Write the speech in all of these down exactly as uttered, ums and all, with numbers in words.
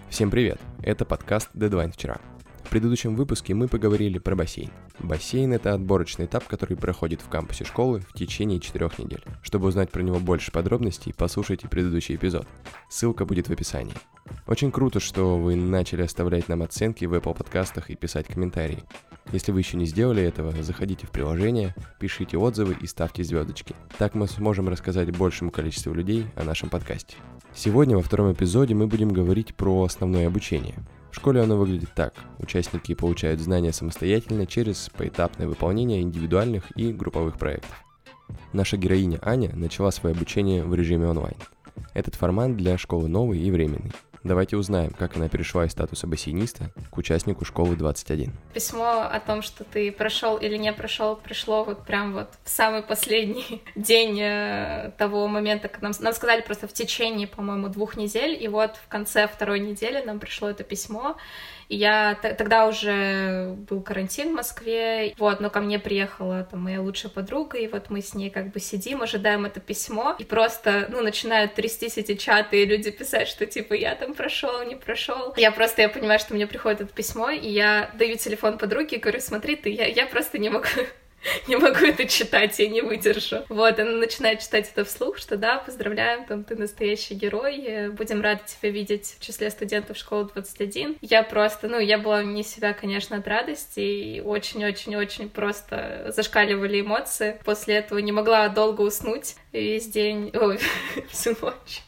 Всем привет! Это подкаст Deadline вчера. В предыдущем выпуске мы поговорили про бассейн. Бассейн — это отборочный этап, который проходит в кампусе школы в течение четырех недель. Чтобы узнать про него больше подробностей, послушайте предыдущий эпизод. Ссылка будет в описании. Очень круто, что вы начали оставлять нам оценки в Apple подкастах и писать комментарии. Если вы еще не сделали этого, заходите в приложение, пишите отзывы и ставьте звездочки. Так мы сможем рассказать большему количеству людей о нашем подкасте. Сегодня во втором эпизоде мы будем говорить про основное обучение. В школе оно выглядит так. Участники получают знания самостоятельно через поэтапное выполнение индивидуальных и групповых проектов. Наша героиня Аня начала свое обучение в режиме онлайн. Этот формат для школы новый и временный. Давайте узнаем, как она перешла из статуса бассейниста к участнику школы двадцать один. Письмо о том, что ты прошел или не прошел, пришло вот прям вот в самый последний день того момента, когда нам, нам сказали просто в течение, по-моему, двух недель, и вот в конце второй недели нам пришло это письмо. И я т- тогда уже был карантин в Москве, вот, но ко мне приехала там моя лучшая подруга, и вот мы с ней как бы сидим, ожидаем это письмо, и просто, ну, начинают трястись эти чаты, и люди писать, что типа я там прошел, не прошел. Я просто, я понимаю, что мне приходит это письмо, и я даю телефон подруге и говорю, смотри, ты, я, я просто не могу... Не могу это читать, я не выдержу. Вот, она начинает читать это вслух, что да, поздравляем, там, ты настоящий герой, будем рады тебя видеть в числе студентов школы двадцать один. Я просто, ну, я была вне себя, конечно, от радости, и очень-очень-очень просто зашкаливали эмоции. После этого не могла долго уснуть весь день, ой, всю ночь.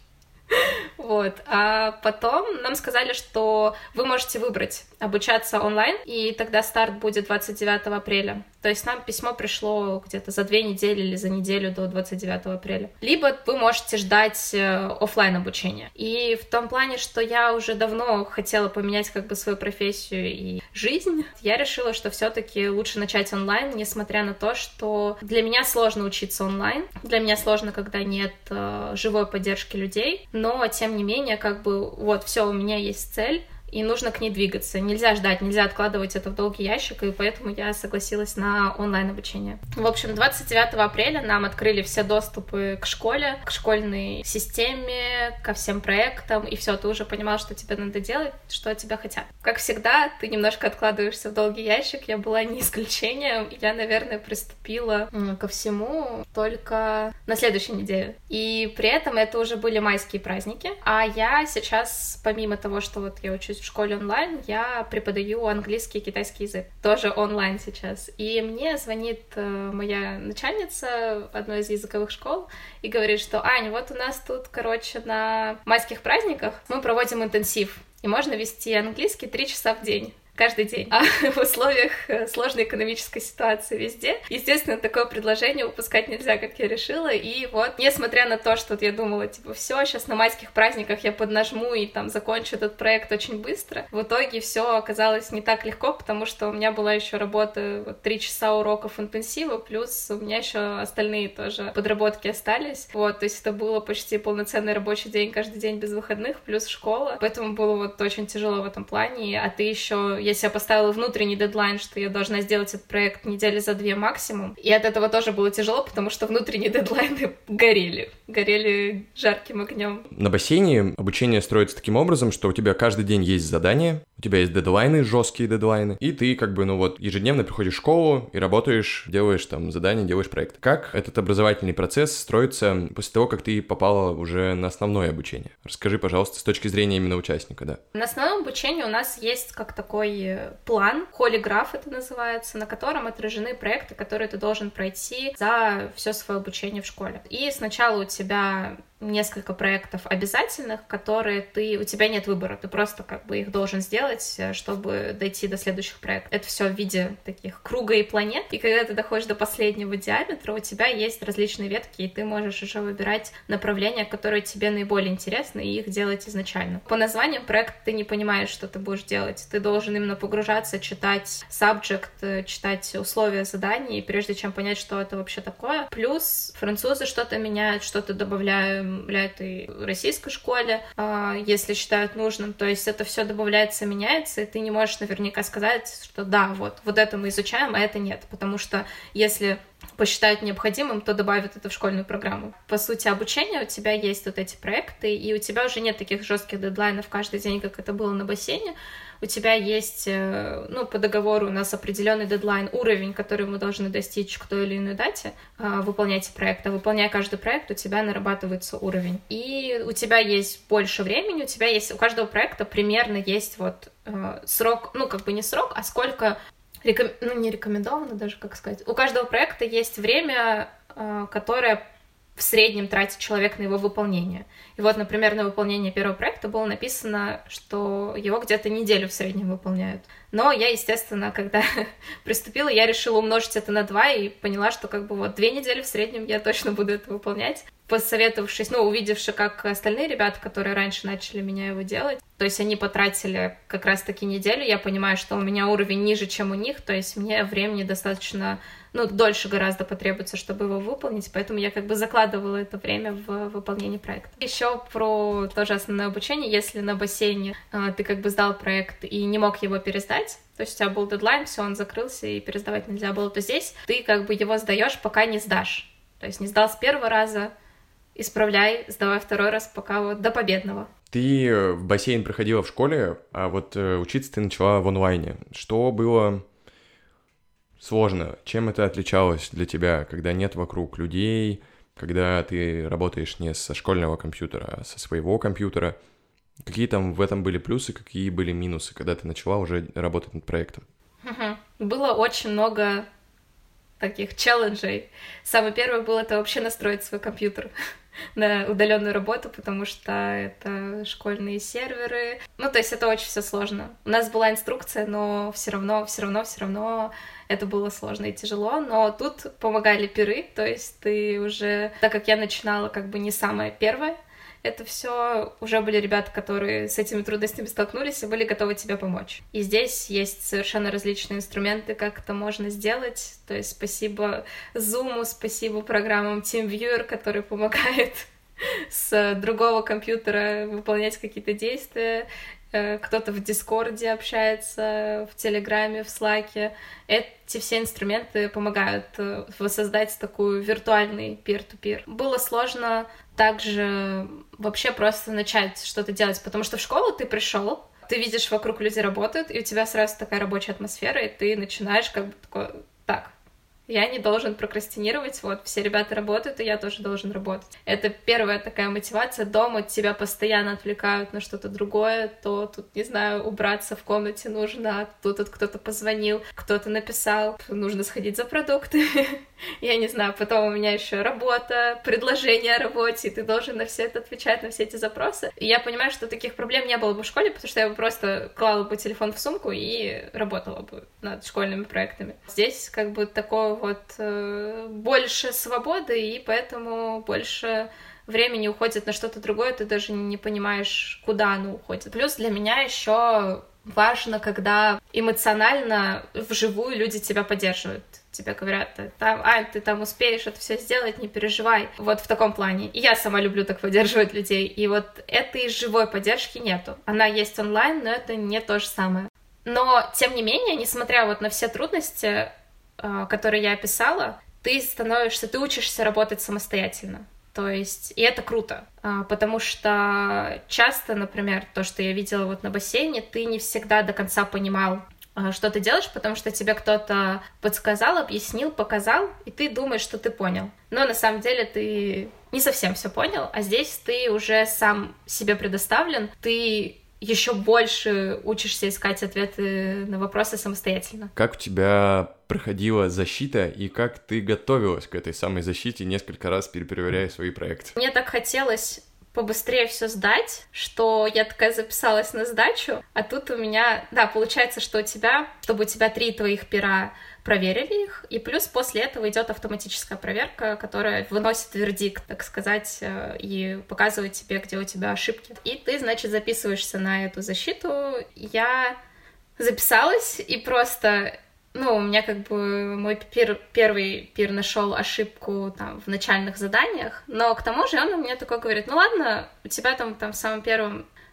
Вот, а потом нам сказали, что вы можете выбрать обучаться онлайн, и тогда старт будет двадцать девятого апреля. То есть нам письмо пришло где-то за две недели или за неделю до двадцать девятого апреля. Либо вы можете ждать офлайн обучения. И в том плане, что я уже давно хотела поменять как бы свою профессию и жизнь, я решила, что все-таки лучше начать онлайн, несмотря на то, что для меня сложно учиться онлайн, для меня сложно, когда нет э, живой поддержки людей, но тем не менее, как бы, вот, все, у меня есть цель, и нужно к ней двигаться. Нельзя ждать, нельзя откладывать это в долгий ящик, и поэтому я согласилась на онлайн-обучение. В общем, двадцать девятого апреля нам открыли все доступы к школе, к школьной системе, ко всем проектам, и все, ты уже понимал, что тебе надо делать, что от тебя хотят. Как всегда, ты немножко откладываешься в долгий ящик, я была не исключением, я, наверное, приступила ко всему только на следующей неделе. И при этом это уже были майские праздники, а я сейчас, помимо того, что вот я учусь в школе онлайн, я преподаю английский и китайский язык. Тоже онлайн сейчас. И мне звонит э, моя начальница одной из языковых школ и говорит, что «Ань, вот у нас тут, короче, на майских праздниках мы проводим интенсив, и можно вести английский три часа в день». Каждый день. А в условиях сложной экономической ситуации везде, естественно, такое предложение упускать нельзя, как я решила. И вот, несмотря на то, что вот я думала, типа, все, сейчас на майских праздниках я поднажму и там закончу этот проект очень быстро, в итоге все оказалось не так легко, потому что у меня была еще работа, вот, три часа уроков интенсива, плюс у меня еще остальные тоже подработки остались. Вот, то есть это было почти полноценный рабочий день, каждый день без выходных, плюс школа. Поэтому было вот очень тяжело в этом плане. А ты еще... Я себе поставила внутренний дедлайн, что я должна сделать этот проект недели за две максимум. И от этого тоже было тяжело, потому что внутренние дедлайны горели. Горели жарким огнем. На бассейне обучение строится таким образом, что у тебя каждый день есть задания, у тебя есть дедлайны, жесткие дедлайны, и ты как бы, ну вот, ежедневно приходишь в школу и работаешь, делаешь там задания, делаешь проект. Как этот образовательный процесс строится после того, как ты попала уже на основное обучение? Расскажи, пожалуйста, с точки зрения именно участника, да. На основном обучении у нас есть как такой план, холиграф это называется, на котором отражены проекты, которые ты должен пройти за все свое обучение в школе. И сначала у тебя несколько проектов обязательных, которые ты, у тебя нет выбора, ты просто как бы их должен сделать, чтобы дойти до следующих проектов. Это все в виде таких круга и планет, и когда ты доходишь до последнего диаметра, у тебя есть различные ветки, и ты можешь уже выбирать направления, которые тебе наиболее интересны, и их делать изначально. По названиям проекта ты не понимаешь, что ты будешь делать, ты должен именно погружаться, читать subject, читать условия заданий, прежде чем понять, что это вообще такое. Плюс французы что-то меняют, что-то добавляют для этой российской школе, если считают нужным. То есть это все добавляется, меняется, и ты не можешь наверняка сказать, что да, вот, вот это мы изучаем, а это нет. Потому что если посчитают необходимым, то добавят это в школьную программу. По сути, обучение, у тебя есть вот эти проекты, и у тебя уже нет таких жестких дедлайнов каждый день, как это было на бассейне. У тебя есть, ну, по договору у нас определенный дедлайн, уровень, который мы должны достичь к той или иной дате, выполнять проект. А выполняя каждый проект, у тебя нарабатывается уровень. И у тебя есть больше времени, у тебя есть, у каждого проекта примерно есть вот срок, ну, как бы не срок, а сколько, реком... ну, не рекомендовано даже, как сказать. У каждого проекта есть время, которое в среднем тратит человек на его выполнение. И вот, например, на выполнение первого проекта было написано, что его где-то неделю в среднем выполняют. Но я, естественно, когда приступила, я решила умножить это на два и поняла, что как бы вот две недели в среднем я точно буду это выполнять. Посоветовавшись, ну, увидевши, как остальные ребята, которые раньше начали меня его делать, то есть они потратили как раз-таки неделю, я понимаю, что у меня уровень ниже, чем у них, то есть мне времени достаточно, ну, дольше гораздо потребуется, чтобы его выполнить, поэтому я как бы закладывала это время в выполнение проекта. Еще про тоже основное обучение, если на бассейне э, ты как бы сдал проект и не мог его пересдать, то есть у тебя был дедлайн, все, он закрылся и пересдавать нельзя было, то здесь ты как бы его сдаешь, пока не сдашь, то есть не сдал с первого раза, исправляй, сдавай второй раз, пока вот до победного. Ты в бассейн проходила в школе, а вот э, учиться ты начала в онлайне. Что было сложно? Чем это отличалось для тебя, когда нет вокруг людей, когда ты работаешь не со школьного компьютера, а со своего компьютера? Какие там в этом были плюсы, какие были минусы, когда ты начала уже работать над проектом? Угу. Было очень много таких челленджей. Самый первый был это вообще настроить свой компьютер на удаленную работу, потому что это школьные серверы. Ну, то есть это очень все сложно. У нас была инструкция, но все равно, все равно, все равно это было сложно и тяжело. Но тут помогали пиры, то есть ты уже, так как я начинала как бы не самое первое, это все уже были ребята, которые с этими трудностями столкнулись и были готовы тебе помочь. И здесь есть совершенно различные инструменты, как это можно сделать. То есть спасибо Zoom, спасибо программам TeamViewer, который помогает с другого компьютера выполнять какие-то действия. Кто-то в Дискорде общается, в Телеграме, в Слаке. Эти все инструменты помогают воссоздать такую виртуальный peer-to-peer. Было сложно также вообще просто начать что-то делать, потому что в школу ты пришел, ты видишь, вокруг люди работают, и у тебя сразу такая рабочая атмосфера, и ты начинаешь как бы такой, так, я не должен прокрастинировать, вот, все ребята работают, и я тоже должен работать. Это первая такая мотивация. Дома тебя постоянно отвлекают на что-то другое, то тут, не знаю, убраться в комнате нужно, тут, тут кто-то позвонил, кто-то написал, нужно сходить за продуктами. Я не знаю, потом у меня еще работа, предложение о работе, и ты должен на все это отвечать, на все эти запросы. И я понимаю, что таких проблем не было бы в школе, потому что я бы просто клала бы телефон в сумку и работала бы над школьными проектами. Здесь как бы такого вот э, больше свободы, и поэтому больше времени уходит на что-то другое, ты даже не понимаешь, куда оно уходит. Плюс для меня еще важно, когда эмоционально вживую люди тебя поддерживают. Тебе говорят, там, а, ты там успеешь это все сделать, не переживай. Вот в таком плане. И я сама люблю так поддерживать людей. И вот этой живой поддержки нету. Она есть онлайн, но это не то же самое. Но, тем не менее, несмотря вот на все трудности, которые я описала, ты становишься, ты учишься работать самостоятельно. То есть, и это круто, потому что часто, например, то, что я видела вот на бассейне, ты не всегда до конца понимал, что ты делаешь, потому что тебе кто-то подсказал, объяснил, показал, и ты думаешь, что ты понял. Но на самом деле ты не совсем все понял, а здесь ты уже сам себе предоставлен, ты еще больше учишься искать ответы на вопросы самостоятельно. Как у тебя проходила защита и как ты готовилась к этой самой защите, несколько раз перепроверяя свои проекты? Мне так хотелось побыстрее все сдать, что я такая записалась на сдачу, а тут у меня, да, получается, что у тебя, чтобы у тебя три твоих пера проверили их, и плюс после этого идет автоматическая проверка, которая выносит вердикт, так сказать, и показывает тебе, где у тебя ошибки. И ты, значит, записываешься на эту защиту. Я записалась, и просто... Ну, у меня как бы мой пир, первый пир нашел ошибку там в начальных заданиях, но к тому же он у меня такой говорит, ну ладно, у тебя там, там в самом первом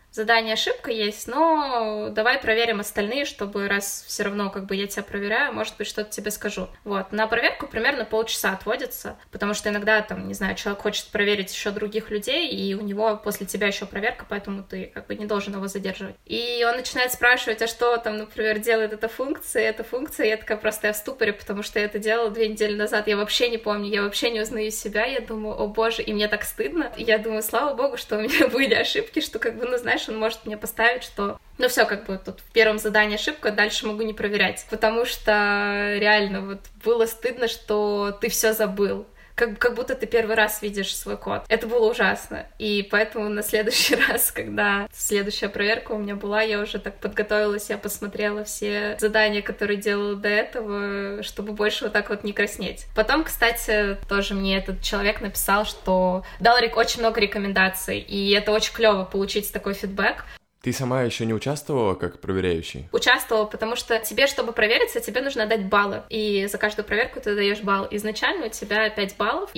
задание ошибка есть, но давай проверим остальные, чтобы раз все равно как бы я тебя проверяю, может быть, что-то тебе скажу. Вот, на проверку примерно полчаса отводится, потому что иногда, там, не знаю, человек хочет проверить еще других людей, и у него после тебя еще проверка, поэтому ты как бы не должен его задерживать. И он начинает спрашивать, а что там, например, делает эта функция, эта функция, я такая просто я в ступоре, потому что я это делала две недели назад, я вообще не помню, я вообще не узнаю себя, я думаю, о боже, и мне так стыдно. И я думаю, слава богу, что у меня были ошибки, что как бы, ну, знаешь, он может мне поставить, что ну все, как бы тут в первом задании ошибка, дальше могу не проверять, потому что реально вот было стыдно, что ты все забыл. Как, как будто ты первый раз видишь свой код. Это было ужасно. И поэтому на следующий раз, когда следующая проверка у меня была, я уже так подготовилась, я посмотрела все задания, которые делала до этого, чтобы больше вот так вот не краснеть. Потом, кстати, тоже мне этот человек написал, что дал очень много рекомендаций, и это очень клево получить такой фидбэк. Ты сама еще не участвовала как проверяющий? Участвовала, потому что тебе, чтобы провериться, тебе нужно дать баллы. И за каждую проверку ты даешь балл. Изначально у тебя пять баллов.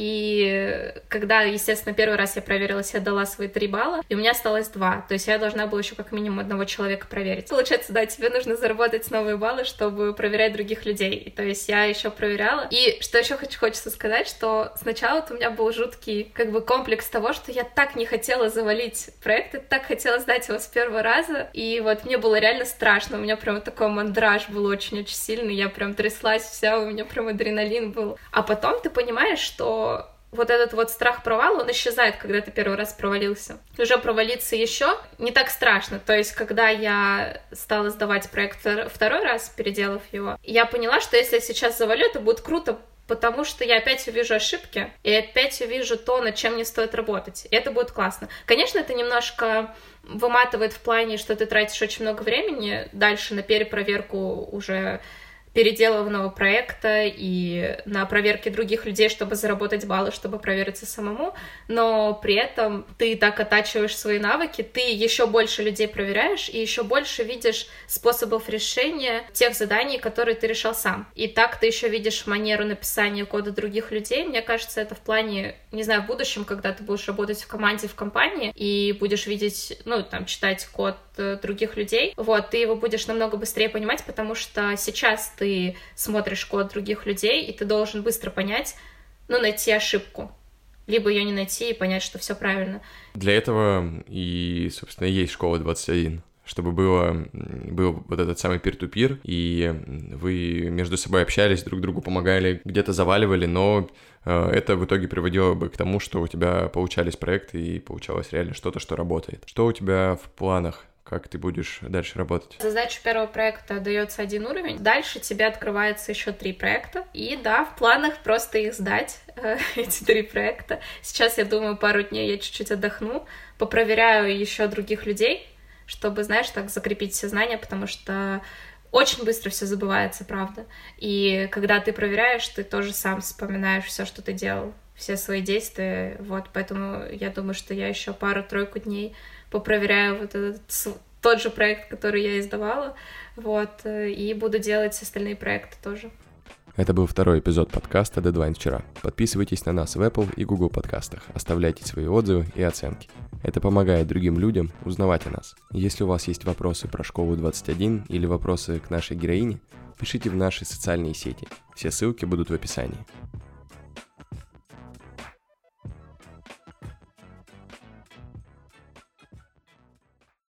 И когда, естественно, первый раз я проверилась, я дала свои три балла, и у меня осталось два. То есть я должна была еще как минимум одного человека проверить. Получается, да, тебе нужно заработать новые баллы, чтобы проверять других людей. И, то есть я еще проверяла. И что еще хочу, хочется сказать, что сначала у меня был жуткий как бы комплекс того, что я так не хотела завалить проект, я так хотела сдать его с первого раза, и вот мне было реально страшно, у меня прям такой мандраж был очень-очень сильный, я прям тряслась вся, у меня прям адреналин был. А потом ты понимаешь, что вот этот вот страх провала, он исчезает, когда ты первый раз провалился. Уже провалиться еще не так страшно. То есть, когда я стала сдавать проект второй раз, переделав его, я поняла, что если я сейчас завалю, это будет круто, потому что я опять увижу ошибки, и опять увижу то, над чем мне стоит работать. И это будет классно. Конечно, это немножко выматывает в плане, что ты тратишь очень много времени дальше на перепроверку уже переделанного проекта и на проверке других людей, чтобы заработать баллы, чтобы провериться самому, но при этом ты так оттачиваешь свои навыки, ты еще больше людей проверяешь и еще больше видишь способов решения тех заданий, которые ты решал сам. И так ты еще видишь манеру написания кода других людей. Мне кажется, это в плане, не знаю, в будущем, когда ты будешь работать в команде, в компании и будешь видеть, ну, там, читать код других людей, вот, ты его будешь намного быстрее понимать, потому что сейчас ты смотришь код других людей, и ты должен быстро понять, ну, найти ошибку, либо ее не найти и понять, что все правильно. Для этого и, собственно, есть школа двадцать один, чтобы было, был вот этот самый пир-ту-пир, и вы между собой общались, друг другу помогали, где-то заваливали, но это в итоге приводило бы к тому, что у тебя получались проекты и получалось реально что-то, что работает. Что у тебя в планах? Как ты будешь дальше работать? За задачу первого проекта дается один уровень. Дальше тебе открывается еще три проекта. И да, в планах просто их сдать, эти три проекта. Сейчас, я думаю, пару дней я чуть-чуть отдохну, попроверяю еще других людей, чтобы, знаешь, так закрепить все знания, потому что очень быстро все забывается, правда. И когда ты проверяешь, ты тоже сам вспоминаешь все, что ты делал, все свои действия. Вот, поэтому я думаю, что я еще пару-тройку дней попроверяю вот этот тот же проект, который я издавала, вот, и буду делать остальные проекты тоже. Это был второй эпизод подкаста Deadline вчера. Подписывайтесь на нас в Apple и Google подкастах, оставляйте свои отзывы и оценки. Это помогает другим людям узнавать о нас. Если у вас есть вопросы про школу двадцать один или вопросы к нашей героине, пишите в наши социальные сети. Все ссылки будут в описании.